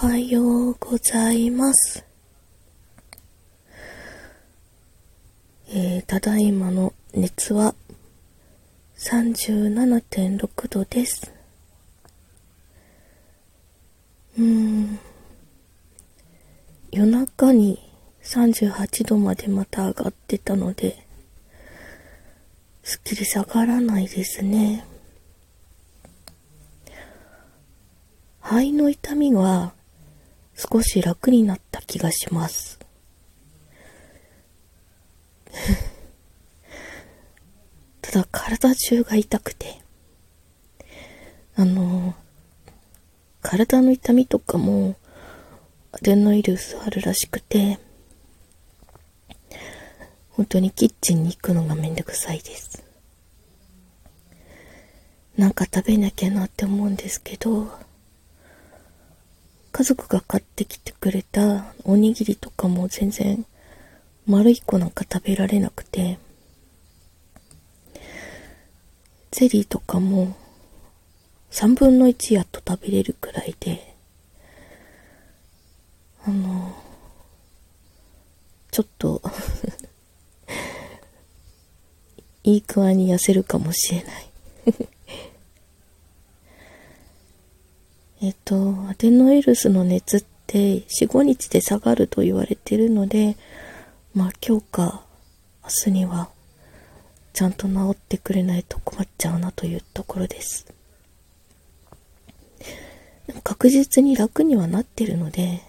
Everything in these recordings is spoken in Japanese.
はようございます。ただいまの熱は 37.6 度です。夜中に38度までまた上がってたので、すっきり下がらないですね。肺の痛みは少し楽になった気がします。ただ体中が痛くて、体の痛みとかもアデノウイルスあるらしくて、本当にキッチンに行くのがめんどくさいです。なんか食べなきゃなって思うんですけど、家族が買ってきてくれたおにぎりとかも全然丸一個なんか食べられなくて、ゼリーとかも3分の1やっと食べれるくらいで、ちょっといい具合に痩せるかもしれない。アデノウイルスの熱って4、5日で下がると言われているので、今日か明日にはちゃんと治ってくれないと困っちゃうなというところです。でも確実に楽にはなってるので、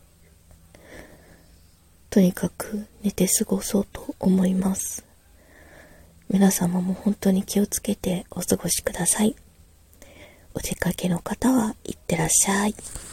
とにかく寝て過ごそうと思います。皆様も本当に気をつけてお過ごしください。お出かけの方はいってらっしゃい。